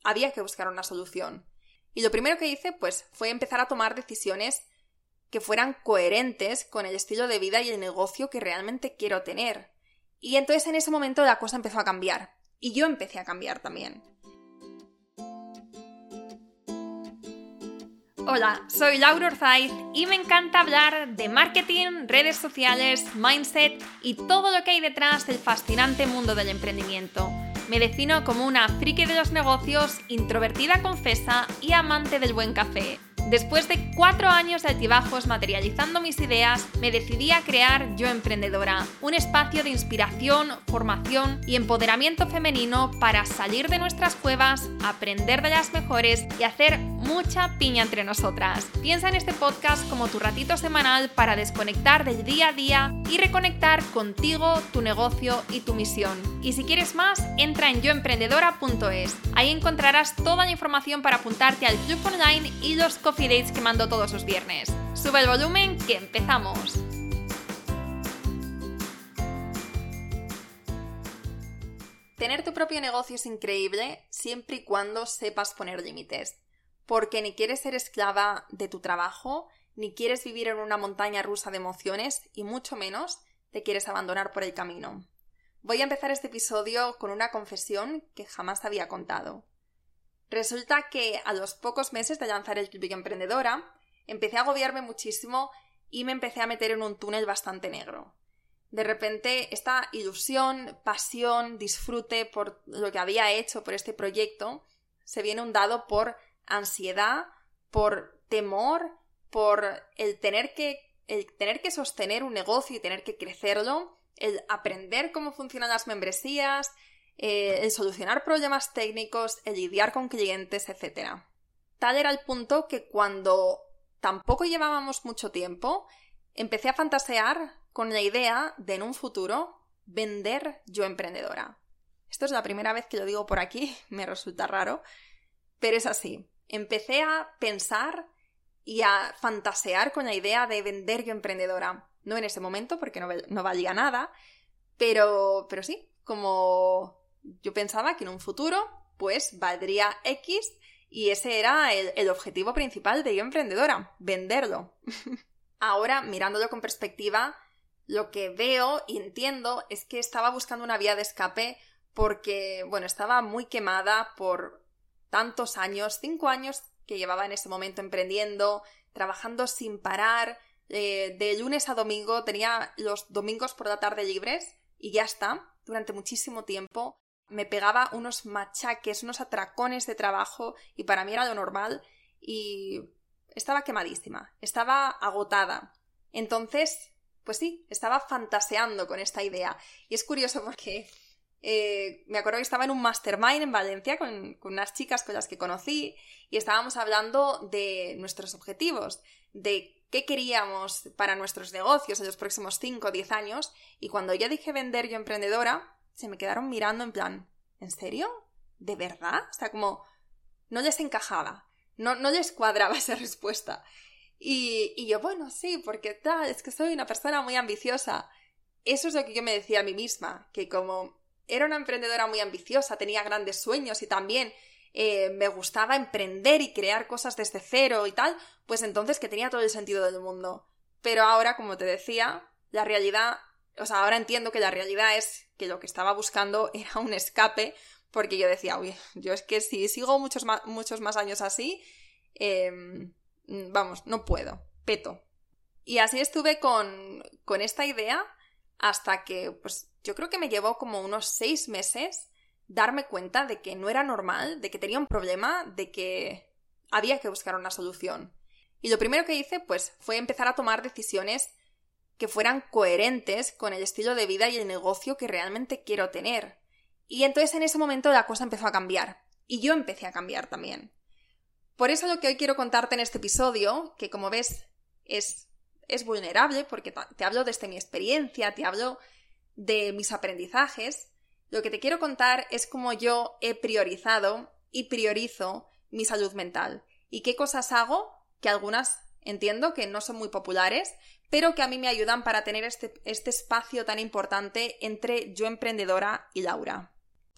había que buscar una solución. Y lo primero que hice, pues, fue empezar a tomar decisiones que fueran coherentes con el estilo de vida y el negocio que realmente quiero tener. Y entonces en ese momento la cosa empezó a cambiar. Y yo empecé a cambiar también. Hola, soy Laura Orzaiz y me encanta hablar de marketing, redes sociales, mindset y todo lo que hay detrás del fascinante mundo del emprendimiento. Me defino como una friki de los negocios, introvertida confesa y amante del buen café. Después de 4 años de altibajos materializando mis ideas, me decidí a crear Yo Emprendedora, un espacio de inspiración, formación y empoderamiento femenino para salir de nuestras cuevas, aprender de las mejores y hacer mucha piña entre nosotras. Piensa en este podcast como tu ratito semanal para desconectar del día a día y reconectar contigo, tu negocio y tu misión. Y si quieres más, entra en yoemprendedora.es. Ahí encontrarás toda la información para apuntarte al club online y los coffee dates que mando todos los viernes. Sube el volumen que empezamos. Tener tu propio negocio es increíble siempre y cuando sepas poner límites. Porque ni quieres ser esclava de tu trabajo, ni quieres vivir en una montaña rusa de emociones y mucho menos te quieres abandonar por el camino. Voy a empezar este episodio con una confesión que jamás había contado. Resulta que a los pocos meses de lanzar el Club Emprendedora, empecé a agobiarme muchísimo y me empecé a meter en un túnel bastante negro. De repente, esta ilusión, pasión, disfrute por lo que había hecho por este proyecto, se viene inundado por ansiedad, por temor, por el tener que sostener un negocio y tener que crecerlo, el aprender cómo funcionan las membresías, el solucionar problemas técnicos, el lidiar con clientes, etc. Tal era el punto que cuando tampoco llevábamos mucho tiempo, empecé a fantasear con la idea de en un futuro vender Yo Emprendedora. Esto es la primera vez que lo digo por aquí, me resulta raro, pero es así. Empecé a pensar y a fantasear con la idea de vender Yo Emprendedora. No en ese momento, porque no valía nada, pero sí, como yo pensaba que en un futuro pues valdría X y ese era el objetivo principal de Yo Emprendedora, venderlo. Ahora, mirándolo con perspectiva, lo que veo y entiendo es que estaba buscando una vía de escape porque, estaba muy quemada por tantos años, 5 años que llevaba en ese momento emprendiendo, trabajando sin parar, de lunes a domingo, tenía los domingos por la tarde libres y ya está, durante muchísimo tiempo. Me pegaba unos machaques, unos atracones de trabajo y para mí era lo normal y estaba quemadísima, estaba agotada. Entonces, pues sí, estaba fantaseando con esta idea. Y es curioso porque me acuerdo que estaba en un mastermind en Valencia con unas chicas con las que conocí y estábamos hablando de nuestros objetivos, de qué queríamos para nuestros negocios en los próximos 5 o 10 años y cuando yo dije vender Yo Emprendedora, se me quedaron mirando en plan, ¿en serio? ¿De verdad? O sea, como no les encajaba, no les cuadraba esa respuesta. Y yo, sí, porque tal, es que soy una persona muy ambiciosa. Eso es lo que yo me decía a mí misma, que como era una emprendedora muy ambiciosa, tenía grandes sueños y también me gustaba emprender y crear cosas desde cero y tal, pues entonces que tenía todo el sentido del mundo. Pero ahora, como te decía, la realidad, ahora entiendo que la realidad es que lo que estaba buscando era un escape, porque yo decía, yo es que si sigo muchos más años así, no puedo, peto. Y así estuve con esta idea hasta que, yo creo que me llevó como unos 6 meses darme cuenta de que no era normal, de que tenía un problema, de que había que buscar una solución. Y lo primero que hice, fue empezar a tomar decisiones que fueran coherentes con el estilo de vida y el negocio que realmente quiero tener. Y entonces en ese momento la cosa empezó a cambiar. Y yo empecé a cambiar también. Por eso lo que hoy quiero contarte en este episodio, que como ves es vulnerable, porque te hablo desde mi experiencia, te hablo de mis aprendizajes, lo que te quiero contar es cómo yo he priorizado y priorizo mi salud mental. Y qué cosas hago, que algunas entiendo que no son muy populares, pero que a mí me ayudan para tener este espacio tan importante entre Yo Emprendedora y Laura.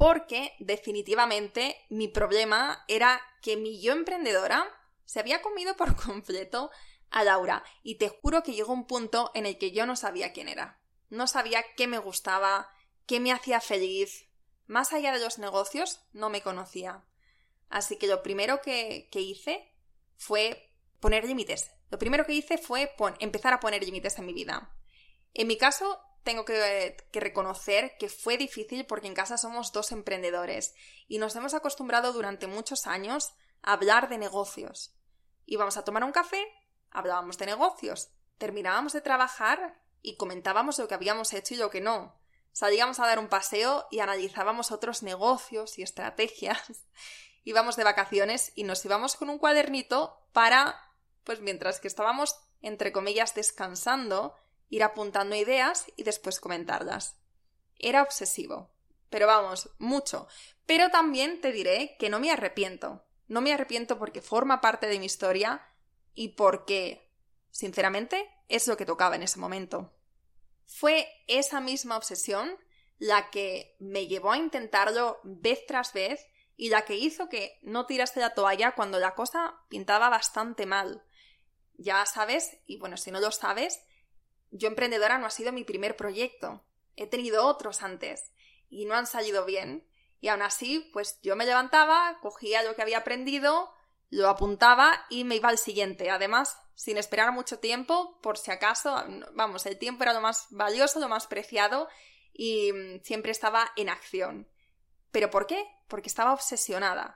porque definitivamente mi problema era que mi yo emprendedora se había comido por completo a Laura, y te juro que llegó un punto en el que yo no sabía quién era. No sabía qué me gustaba, qué me hacía feliz. Más allá de los negocios, no me conocía. Así que lo primero que hice fue poner límites. Lo primero que hice fue empezar a poner límites en mi vida. En mi caso, tengo que reconocer que fue difícil porque en casa somos 2 emprendedores y nos hemos acostumbrado durante muchos años a hablar de negocios. Íbamos a tomar un café, hablábamos de negocios, terminábamos de trabajar y comentábamos lo que habíamos hecho y lo que no. Salíamos a dar un paseo y analizábamos otros negocios y estrategias. Íbamos de vacaciones y nos íbamos con un cuadernito para, pues mientras que estábamos, entre comillas, descansando, ir apuntando ideas y después comentarlas. Era obsesivo, pero vamos, mucho. Pero también te diré que no me arrepiento. No me arrepiento porque forma parte de mi historia y porque, sinceramente, es lo que tocaba en ese momento. Fue esa misma obsesión la que me llevó a intentarlo vez tras vez y la que hizo que no tirase la toalla cuando la cosa pintaba bastante mal. Ya sabes, y bueno, si no lo sabes, Yo Emprendedora no ha sido mi primer proyecto. He tenido otros antes y no han salido bien. Y aún así, pues yo me levantaba, cogía lo que había aprendido, lo apuntaba y me iba al siguiente. Además, sin esperar mucho tiempo, por si acaso, vamos, el tiempo era lo más valioso, lo más preciado y siempre estaba en acción. ¿Pero por qué? Porque estaba obsesionada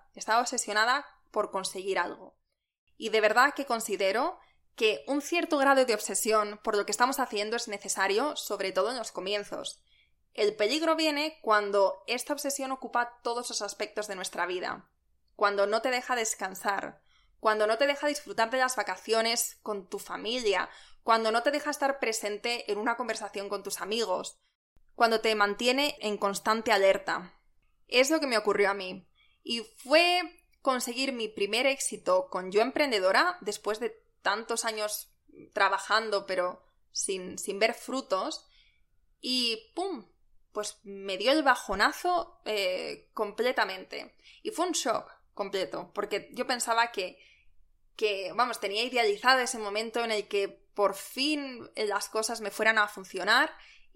por conseguir algo. Y de verdad que considero que un cierto grado de obsesión por lo que estamos haciendo es necesario, sobre todo en los comienzos. El peligro viene cuando esta obsesión ocupa todos los aspectos de nuestra vida, cuando no te deja descansar, cuando no te deja disfrutar de las vacaciones con tu familia, cuando no te deja estar presente en una conversación con tus amigos, cuando te mantiene en constante alerta. Es lo que me ocurrió a mí. Y fue conseguir mi primer éxito con Yo Emprendedora después de tantos años trabajando pero sin ver frutos y ¡pum! Pues me dio el bajonazo completamente. Y fue un shock completo, porque yo pensaba que vamos, tenía idealizado ese momento en el que por fin las cosas me fueran a funcionar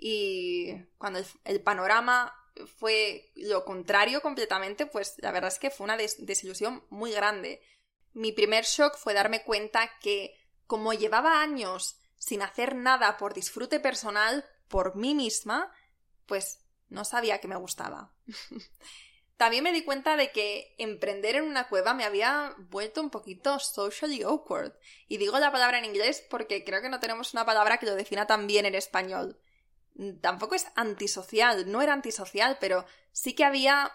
y cuando el panorama fue lo contrario completamente, pues la verdad es que fue una desilusión muy grande. Mi primer shock fue darme cuenta que, como llevaba años sin hacer nada por disfrute personal, por mí misma, pues no sabía que me gustaba. También me di cuenta de que emprender en una cueva me había vuelto un poquito socially awkward. Y digo la palabra en inglés porque creo que no tenemos una palabra que lo defina tan bien en español. Tampoco es antisocial, no era antisocial, pero sí que había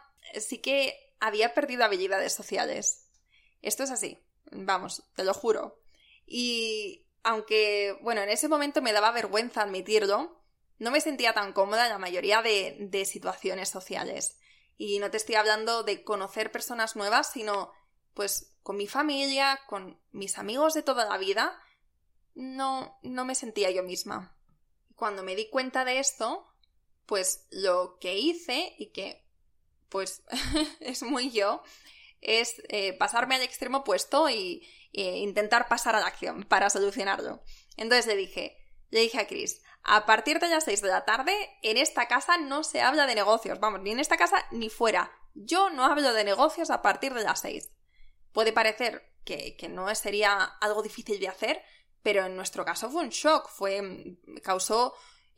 perdido habilidades sociales. Esto es así, vamos, te lo juro. Y aunque, bueno, en ese momento me daba vergüenza admitirlo, no me sentía tan cómoda en la mayoría de situaciones sociales. Y no te estoy hablando de conocer personas nuevas, sino, pues, con mi familia, con mis amigos de toda la vida, no me sentía yo misma. Cuando me di cuenta de esto, pues lo que hice, y que pues es muy yo, es pasarme al extremo opuesto e intentar pasar a la acción para solucionarlo. Entonces le dije a Chris, a partir de las 6 de la tarde, en esta casa no se habla de negocios, vamos, ni en esta casa ni fuera. Yo no hablo de negocios a partir de las 6. Puede parecer que no sería algo difícil de hacer, pero en nuestro caso fue un shock, causó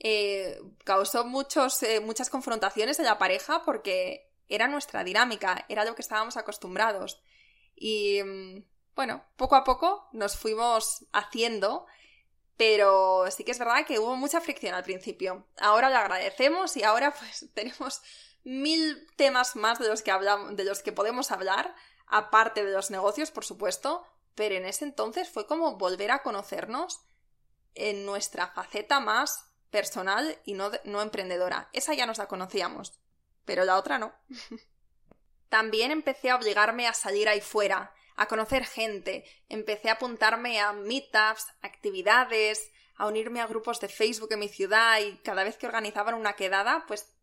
muchas confrontaciones en la pareja porque era nuestra dinámica, era lo que estábamos acostumbrados. Y bueno, poco a poco nos fuimos haciendo, pero sí que es verdad que hubo mucha fricción al principio. Ahora lo agradecemos y ahora pues tenemos 1000 temas más de los que podemos hablar, aparte de los negocios, por supuesto. Pero en ese entonces fue como volver a conocernos en nuestra faceta más personal y no emprendedora. Esa ya nos la conocíamos, pero la otra no. También empecé a obligarme a salir ahí fuera, a conocer gente. Empecé a apuntarme a meetups, actividades, a unirme a grupos de Facebook en mi ciudad y cada vez que organizaban una quedada, pues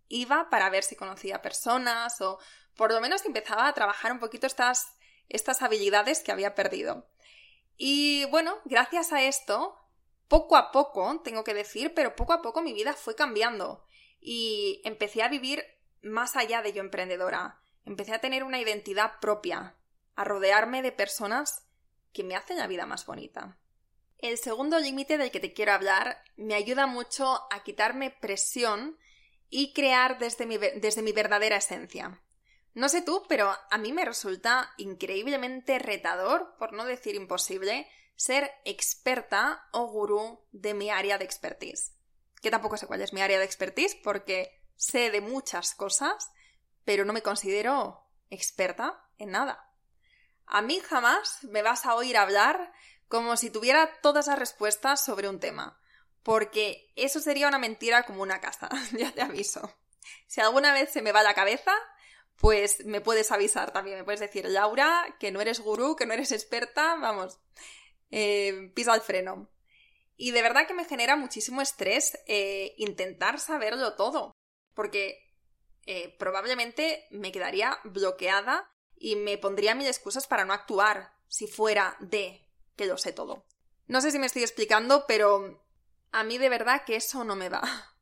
iba para ver si conocía personas o por lo menos empezaba a trabajar un poquito estas habilidades que había perdido. Y bueno, gracias a esto, poco a poco, tengo que decir, pero poco a poco mi vida fue cambiando y empecé a vivir más allá de yo emprendedora. Empecé a tener una identidad propia, a rodearme de personas que me hacen la vida más bonita. El segundo límite del que te quiero hablar me ayuda mucho a quitarme presión y crear desde mi verdadera esencia. No sé tú, pero a mí me resulta increíblemente retador, por no decir imposible, ser experta o gurú de mi área de expertise. Que tampoco sé cuál es mi área de expertise porque sé de muchas cosas, pero no me considero experta en nada. A mí jamás me vas a oír hablar como si tuviera todas las respuestas sobre un tema, porque eso sería una mentira como una casa, ya te aviso. Si alguna vez se me va la cabeza, pues me puedes avisar también, me puedes decir, Laura, que no eres gurú, que no eres experta, vamos, pisa el freno. Y de verdad que me genera muchísimo estrés intentar saberlo todo, porque probablemente me quedaría bloqueada y me pondría mil excusas para no actuar si fuera de que lo sé todo. No sé si me estoy explicando, pero a mí de verdad que eso no me va.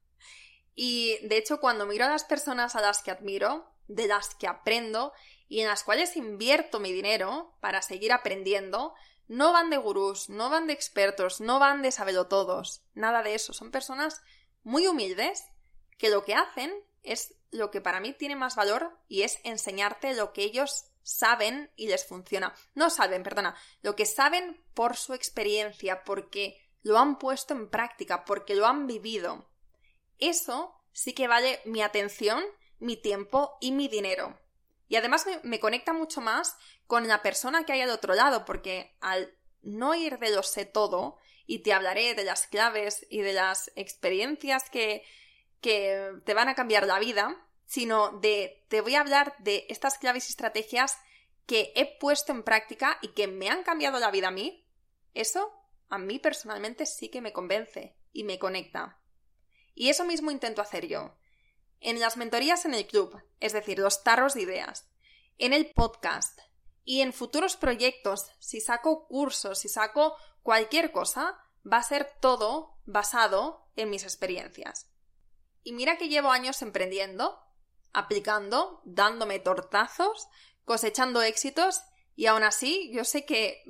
Y de hecho cuando miro a las personas a las que admiro, de las que aprendo y en las cuales invierto mi dinero para seguir aprendiendo, no van de gurús, no van de expertos, no van de sabelotodos, nada de eso. Son personas muy humildes que lo que hacen es lo que para mí tiene más valor y es enseñarte lo que ellos saben y les funciona. No saben, perdona, lo que saben por su experiencia, porque lo han puesto en práctica, porque lo han vivido. Eso sí que vale mi atención, mi tiempo y mi dinero. Y además me conecta mucho más con la persona que hay al otro lado, porque al no ir de lo sé todo, y te hablaré de las claves y de las experiencias que te van a cambiar la vida, sino te voy a hablar de estas claves y estrategias que he puesto en práctica y que me han cambiado la vida a mí. Eso a mí personalmente sí que me convence y me conecta. Y eso mismo intento hacer yo. En las mentorías en el club, es decir, los tarros de ideas, en el podcast y en futuros proyectos, si saco cursos, si saco cualquier cosa, va a ser todo basado en mis experiencias. Y mira que llevo años emprendiendo, aplicando, dándome tortazos, cosechando éxitos y aún así yo sé que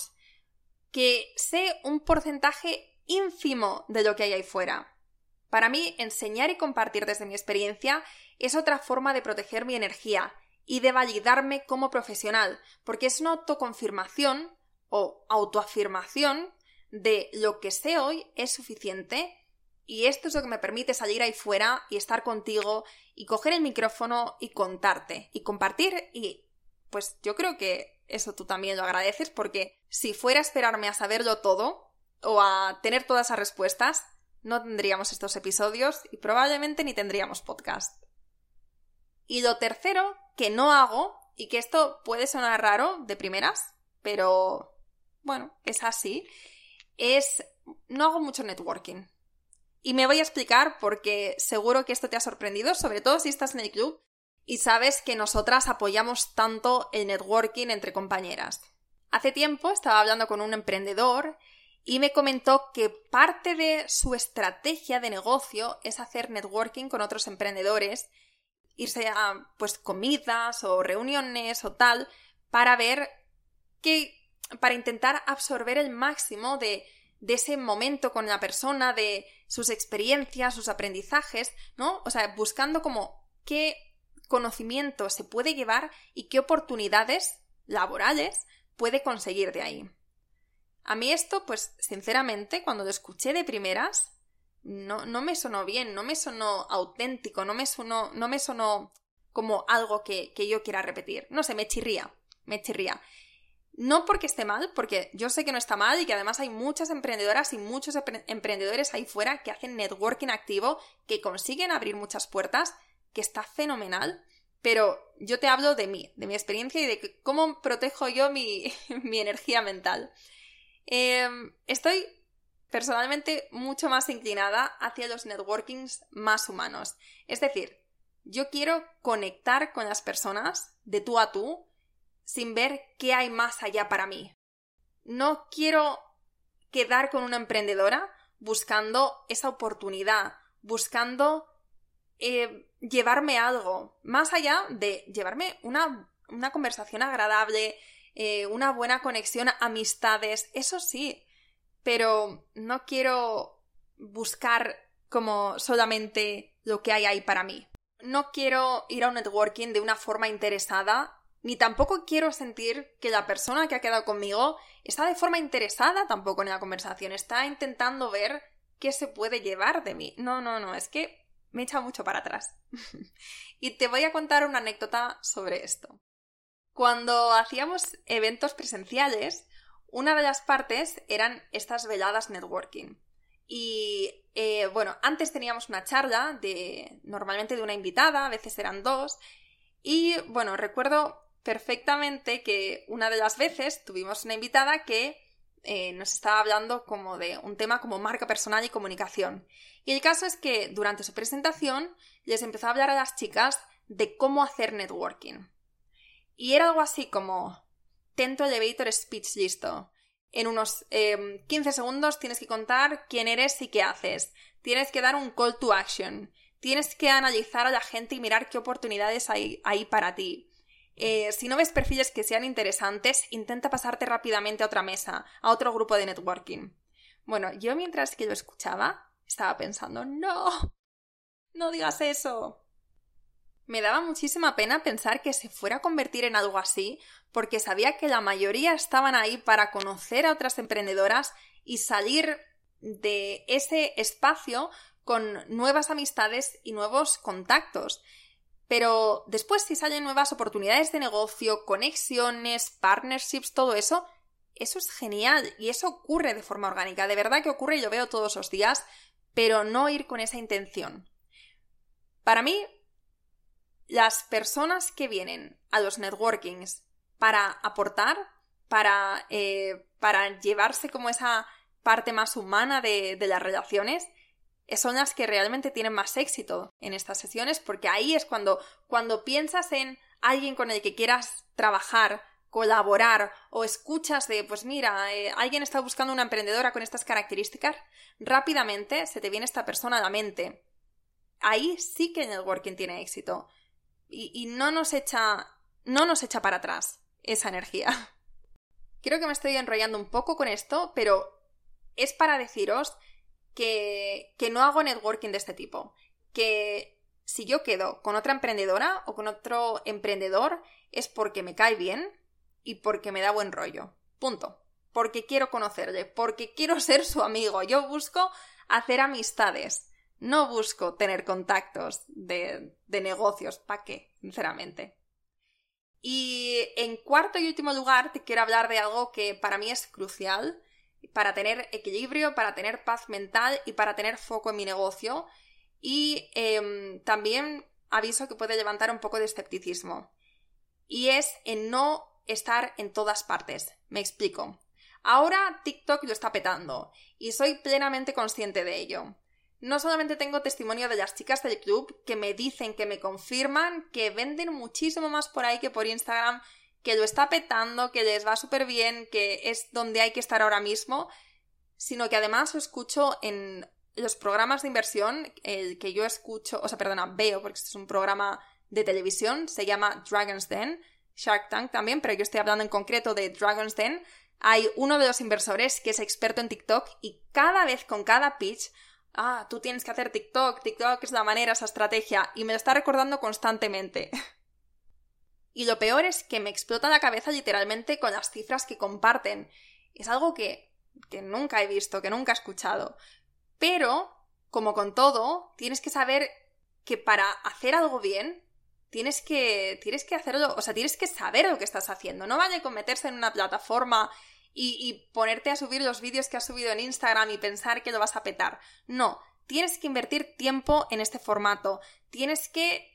sé un porcentaje ínfimo de lo que hay ahí fuera. Para mí, enseñar y compartir desde mi experiencia es otra forma de proteger mi energía y de validarme como profesional, porque es una autoconfirmación o autoafirmación de lo que sé hoy es suficiente y esto es lo que me permite salir ahí fuera y estar contigo y coger el micrófono y contarte y compartir y pues yo creo que eso tú también lo agradeces porque si fuera a esperarme a saberlo todo o a tener todas las respuestas, no tendríamos estos episodios y probablemente ni tendríamos podcast. Y lo tercero que no hago, y que esto puede sonar raro de primeras, pero bueno, es así, no hago mucho networking. Y me voy a explicar porque seguro que esto te ha sorprendido, sobre todo si estás en el club y sabes que nosotras apoyamos tanto el networking entre compañeras. Hace tiempo estaba hablando con un emprendedor y me comentó que parte de su estrategia de negocio es hacer networking con otros emprendedores, irse a comidas o reuniones o tal, para intentar absorber el máximo de ese momento con la persona, de sus experiencias, sus aprendizajes, ¿no? O sea, buscando como qué conocimiento se puede llevar y qué oportunidades laborales puede conseguir de ahí. A mí esto, sinceramente, cuando lo escuché de primeras, no me sonó bien, no me sonó auténtico, no me sonó como algo que yo quiera repetir. No sé, me chirría. No porque esté mal, porque yo sé que no está mal y que además hay muchas emprendedoras y muchos emprendedores ahí fuera que hacen networking activo, que consiguen abrir muchas puertas, que está fenomenal, pero yo te hablo de mí, de mi experiencia y de cómo protejo yo mi energía mental. Estoy personalmente mucho más inclinada hacia los networkings más humanos. Es decir, Yo quiero conectar con las personas de tú a tú sin ver qué hay más allá para mí. No quiero quedar con una emprendedora buscando esa oportunidad, buscando llevarme algo, más allá de llevarme una conversación agradable, una buena conexión, amistades, eso sí, pero no quiero buscar como solamente lo que hay ahí para mí. No quiero ir a un networking de una forma interesada, ni tampoco quiero sentir que la persona que ha quedado conmigo está de forma interesada tampoco en la conversación, está intentando ver qué se puede llevar de mí. No, es que me echa mucho para atrás. Y te voy a contar una anécdota sobre esto. Cuando hacíamos eventos presenciales, una de las partes eran estas veladas networking. Y antes teníamos una charla normalmente de una invitada, a veces eran dos, y recuerdo perfectamente que una de las veces tuvimos una invitada que nos estaba hablando como de un tema como marca personal y comunicación. Y el caso es que durante su presentación les empezó a hablar a las chicas de cómo hacer networking. Y era algo así como, ten tu elevator speech listo. En unos 15 segundos tienes que contar quién eres y qué haces. Tienes que dar un call to action. Tienes que analizar a la gente y mirar qué oportunidades hay ahí para ti. Si no ves perfiles que sean interesantes, intenta pasarte rápidamente a otra mesa, a otro grupo de networking. Bueno, yo mientras que lo escuchaba, estaba pensando, no digas eso. Me daba muchísima pena pensar que se fuera a convertir en algo así, porque sabía que la mayoría estaban ahí para conocer a otras emprendedoras y salir de ese espacio con nuevas amistades y nuevos contactos. Pero después, si salen nuevas oportunidades de negocio, conexiones, partnerships, todo eso, eso es genial y eso ocurre de forma orgánica. De verdad que ocurre y lo veo todos los días, pero no ir con esa intención. Para mí, las personas que vienen a los networkings para aportar, para llevarse como esa parte más humana de las relaciones, son las que realmente tienen más éxito en estas sesiones, porque ahí es cuando piensas en alguien con el que quieras trabajar, colaborar, o escuchas de, pues mira, alguien está buscando una emprendedora con estas características, rápidamente se te viene esta persona a la mente. Ahí sí que el networking tiene éxito. Y no nos echa para atrás esa energía. Creo que me estoy enrollando un poco con esto, pero es para deciros que no hago networking de este tipo. Que si yo quedo con otra emprendedora o con otro emprendedor es porque me cae bien y porque me da buen rollo. Punto. Porque quiero conocerle, porque quiero ser su amigo. Yo busco hacer amistades. No busco tener contactos de negocios. ¿Para qué? Sinceramente. Y en cuarto y último lugar te quiero hablar de algo que para mí es crucial para tener equilibrio, para tener paz mental y para tener foco en mi negocio. Y también aviso que puede levantar un poco de escepticismo. Y es en no estar en todas partes. Me explico. Ahora TikTok lo está petando y soy plenamente consciente de ello. No solamente tengo testimonio de las chicas del club que me dicen, que me confirman, que venden muchísimo más por ahí que por Instagram, que lo está petando, que les va súper bien, que es donde hay que estar ahora mismo, sino que además lo escucho en los programas de inversión, el que yo veo, porque este es un programa de televisión, se llama Dragon's Den, Shark Tank también, pero yo estoy hablando en concreto de Dragon's Den. Hay uno de los inversores que es experto en TikTok y cada vez con cada pitch, tú tienes que hacer TikTok es la manera, esa estrategia, y me lo está recordando constantemente. Y lo peor es que me explota la cabeza literalmente con las cifras que comparten. Es algo que nunca he visto, que nunca he escuchado. Pero, como con todo, tienes que saber que para hacer algo bien, tienes que hacerlo, o sea, tienes que saber lo que estás haciendo. No vale con meterse en una plataforma y ponerte a subir los vídeos que has subido en Instagram y pensar que lo vas a petar. No, tienes que invertir tiempo en este formato. Tienes que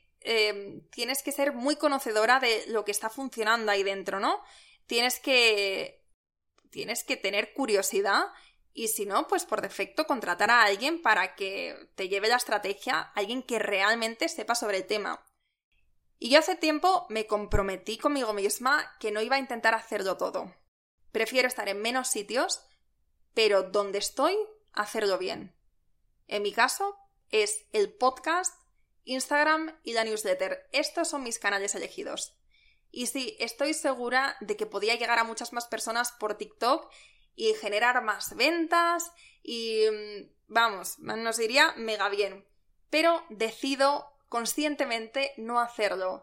ser muy conocedora de lo que está funcionando ahí dentro, ¿no? Tienes que tener curiosidad Y si no, pues por defecto contratar a alguien para que te lleve la estrategia, alguien que realmente sepa sobre el tema. Y yo hace tiempo me comprometí conmigo misma que no iba a intentar hacerlo todo. Prefiero estar en menos sitios, pero donde estoy, hacerlo bien. En mi caso, es el podcast, Instagram y la newsletter. Estos son mis canales elegidos. Y sí, estoy segura de que podía llegar a muchas más personas por TikTok y generar más ventas y, vamos, nos iría mega bien. Pero decido conscientemente no hacerlo.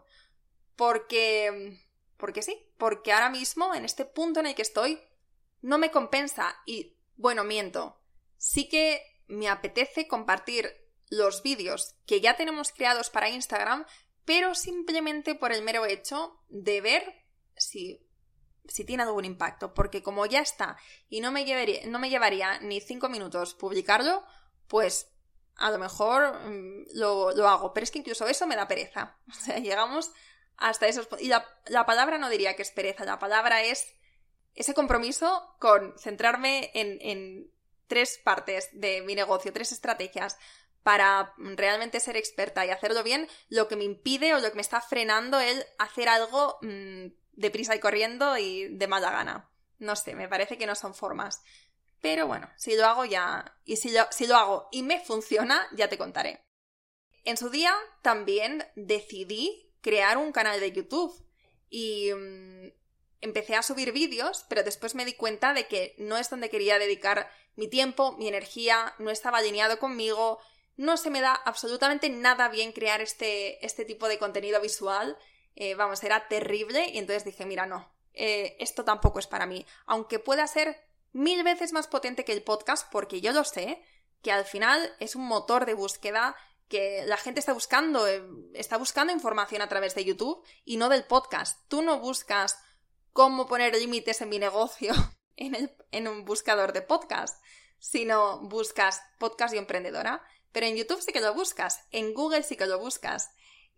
Porque sí, porque ahora mismo, en este punto en el que estoy, no me compensa. Y, bueno, miento. Sí que me apetece compartir los vídeos que ya tenemos creados para Instagram, pero simplemente por el mero hecho de ver si tiene algún impacto, porque como ya está y no me llevaría ni 5 minutos publicarlo, pues a lo mejor lo hago, pero es que incluso eso me da pereza. O sea, llegamos hasta esos puntos. Y la palabra no diría que es pereza, la palabra es ese compromiso con centrarme en 3 partes de mi negocio, 3 estrategias para realmente ser experta y hacerlo bien, lo que me impide o lo que me está frenando el hacer algo deprisa y corriendo y de mala gana. No sé, me parece que no son formas. Pero bueno, si lo hago ya... Y si lo hago y me funciona, ya te contaré. En su día también decidí crear un canal de YouTube y empecé a subir vídeos, pero después me di cuenta de que no es donde quería dedicar mi tiempo, mi energía, no estaba alineado conmigo, no se me da absolutamente nada bien crear este tipo de contenido visual. Vamos, era terrible y entonces dije, mira, no, esto tampoco es para mí. Aunque pueda ser 1000 veces más potente que el podcast, porque yo lo sé, que al final es un motor de búsqueda, que la gente está buscando información a través de YouTube y no del podcast. Tú no buscas cómo poner límites en mi negocio en un buscador de podcast, sino buscas podcast y emprendedora. Pero en YouTube sí que lo buscas, en Google sí que lo buscas.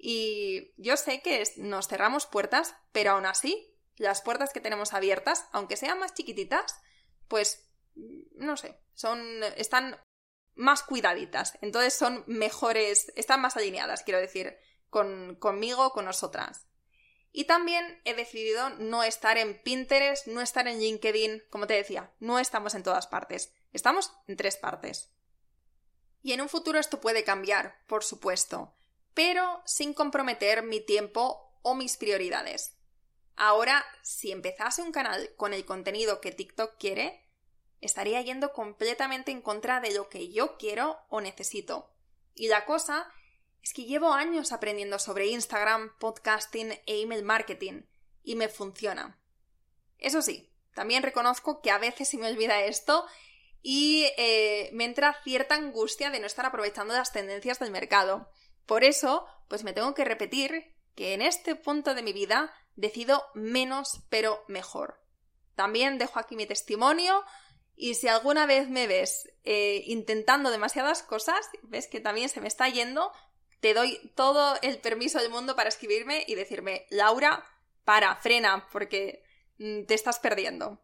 Y yo sé que nos cerramos puertas, pero aún así, las puertas que tenemos abiertas, aunque sean más chiquititas, pues, no sé, están más cuidaditas. Entonces son mejores, están más alineadas, quiero decir, conmigo, con nosotras. Y también he decidido no estar en Pinterest, no estar en LinkedIn, como te decía, no estamos en todas partes, estamos en 3 partes. Y en un futuro esto puede cambiar, por supuesto, pero sin comprometer mi tiempo o mis prioridades. Ahora, si empezase un canal con el contenido que TikTok quiere, estaría yendo completamente en contra de lo que yo quiero o necesito. Y la cosa es que llevo años aprendiendo sobre Instagram, podcasting e email marketing, y me funciona. Eso sí, también reconozco que a veces se me olvida esto y me entra cierta angustia de no estar aprovechando las tendencias del mercado. Por eso, pues me tengo que repetir que en este punto de mi vida decido menos pero mejor. También dejo aquí mi testimonio y si alguna vez me ves intentando demasiadas cosas, ves que también se me está yendo, te doy todo el permiso del mundo para escribirme y decirme, Laura, frena, porque te estás perdiendo.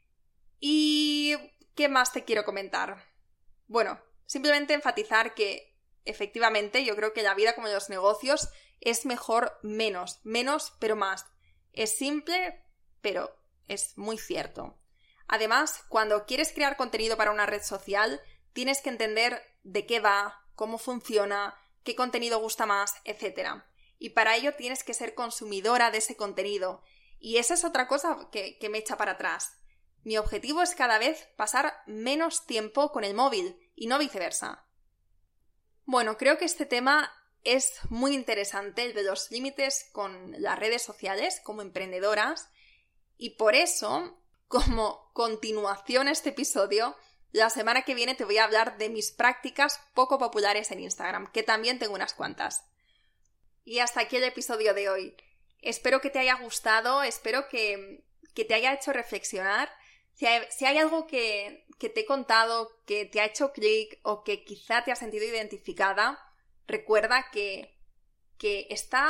Y ¿qué más te quiero comentar? Bueno, simplemente enfatizar que efectivamente yo creo que la vida como los negocios es mejor menos pero más. Es simple, pero es muy cierto. Además, cuando quieres crear contenido para una red social, tienes que entender de qué va, cómo funciona, qué contenido gusta más, etc. Y para ello tienes que ser consumidora de ese contenido. Y esa es otra cosa que me echa para atrás. Mi objetivo es cada vez pasar menos tiempo con el móvil y no viceversa. Bueno, creo que este tema es muy interesante, el de los límites con las redes sociales como emprendedoras, y por eso, como continuación a este episodio, la semana que viene te voy a hablar de mis prácticas poco populares en Instagram, que también tengo unas cuantas. Y hasta aquí el episodio de hoy. Espero que te haya gustado, espero que te haya hecho reflexionar. Si hay algo que te he contado que te ha hecho clic o que quizá te has sentido identificada, recuerda que está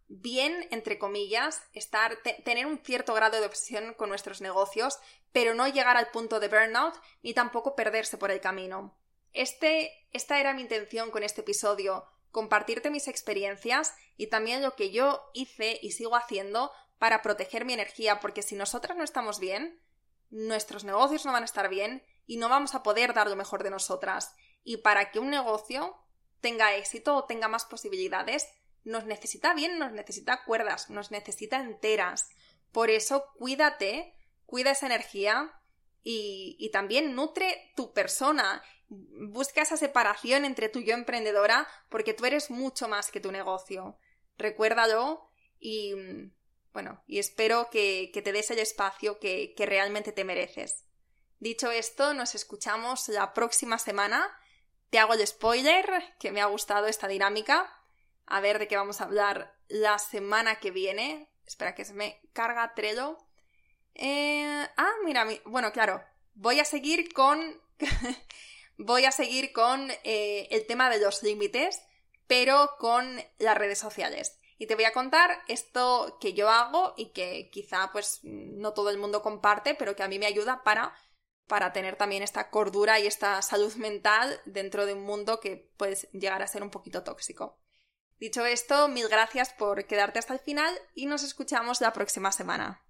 bien, entre comillas, tener un cierto grado de obsesión con nuestros negocios, pero no llegar al punto de burnout ni tampoco perderse por el camino. Esta era mi intención con este episodio, compartirte mis experiencias y también lo que yo hice y sigo haciendo para proteger mi energía, porque si nosotras no estamos bien, nuestros negocios no van a estar bien y no vamos a poder dar lo mejor de nosotras. Y para que un negocio tenga éxito o tenga más posibilidades, nos necesita bien, nos necesita cuerdas, nos necesita enteras. Por eso cuídate, cuida esa energía y también nutre tu persona. Busca esa separación entre tu yo emprendedora porque tú eres mucho más que tu negocio. Recuérdalo y espero que te des el espacio que realmente te mereces. Dicho esto, nos escuchamos la próxima semana. Te hago el spoiler, que me ha gustado esta dinámica. A ver de qué vamos a hablar la semana que viene. Espera que se me carga Trello. Claro. Voy a seguir con el tema de los límites, pero con las redes sociales. Y te voy a contar esto que yo hago y que quizá pues no todo el mundo comparte, pero que a mí me ayuda para tener también esta cordura y esta salud mental dentro de un mundo que puede llegar a ser un poquito tóxico. Dicho esto, mil gracias por quedarte hasta el final y nos escuchamos la próxima semana.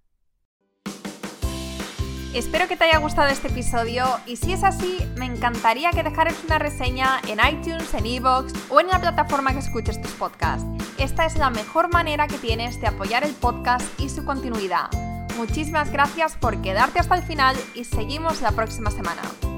Espero que te haya gustado este episodio y si es así, me encantaría que dejaras una reseña en iTunes, en iVoox o en la plataforma que escuches tus podcasts. Esta es la mejor manera que tienes de apoyar el podcast y su continuidad. Muchísimas gracias por quedarte hasta el final y seguimos la próxima semana.